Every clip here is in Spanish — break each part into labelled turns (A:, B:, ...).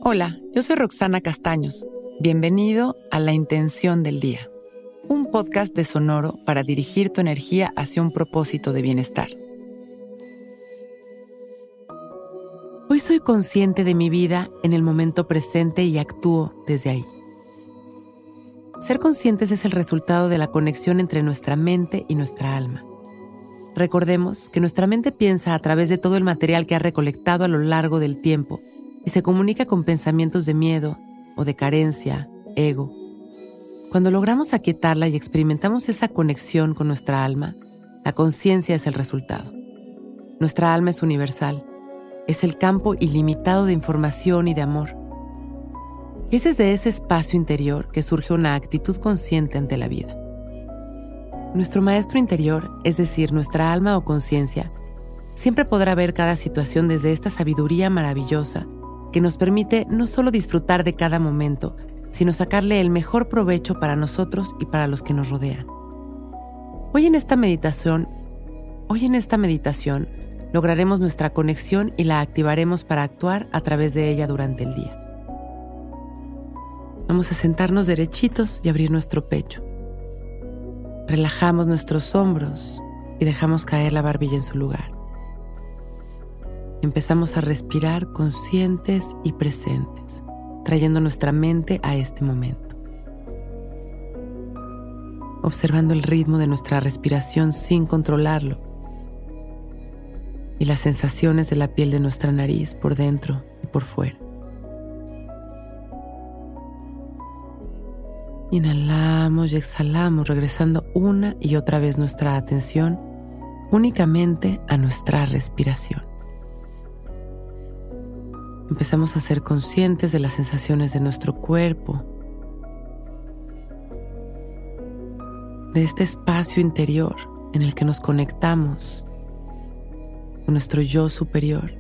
A: Hola, yo soy Roxana Castaños. Bienvenido a La Intención del Día, un podcast de Sonoro para dirigir tu energía hacia un propósito de bienestar. Hoy soy consciente de mi vida en el momento presente y actúo desde ahí. Ser conscientes es el resultado de la conexión entre nuestra mente y nuestra alma. Recordemos que nuestra mente piensa a través de todo el material que ha recolectado a lo largo del tiempo y se comunica con pensamientos de miedo o de carencia, ego. Cuando logramos aquietarla y experimentamos esa conexión con nuestra alma, la conciencia es el resultado. Nuestra alma es universal, es el campo ilimitado de información y de amor. Y es desde ese espacio interior que surge una actitud consciente ante la vida. Nuestro maestro interior, es decir, nuestra alma o conciencia, siempre podrá ver cada situación desde esta sabiduría maravillosa que nos permite no solo disfrutar de cada momento, sino sacarle el mejor provecho para nosotros y para los que nos rodean. Hoy en esta meditación, lograremos nuestra conexión y la activaremos para actuar a través de ella durante el día. Vamos a sentarnos derechitos y abrir nuestro pecho. Relajamos nuestros hombros y dejamos caer la barbilla en su lugar. Empezamos a respirar conscientes y presentes, trayendo nuestra mente a este momento. Observando el ritmo de nuestra respiración sin controlarlo y las sensaciones de la piel de nuestra nariz por dentro y por fuera. Inhalamos y exhalamos, regresando una y otra vez nuestra atención únicamente a nuestra respiración. Empezamos a ser conscientes de las sensaciones de nuestro cuerpo, de este espacio interior en el que nos conectamos con nuestro yo superior.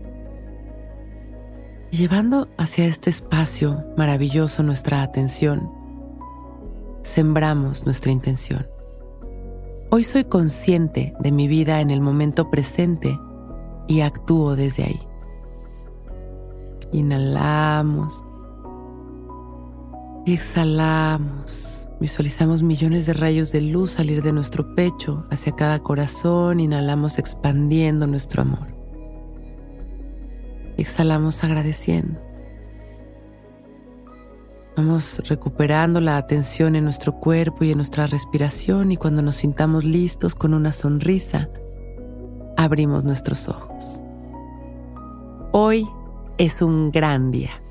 A: Y llevando hacia este espacio maravilloso nuestra atención, sembramos nuestra intención. Hoy soy consciente de mi vida en el momento presente y actúo desde ahí. Inhalamos y exhalamos. Visualizamos millones de rayos de luz salir de nuestro pecho hacia cada corazón. Inhalamos expandiendo nuestro amor. Exhalamos agradeciendo. Vamos recuperando la atención en nuestro cuerpo y en nuestra respiración, y cuando nos sintamos listos con una sonrisa, abrimos nuestros ojos. Hoy es un gran día.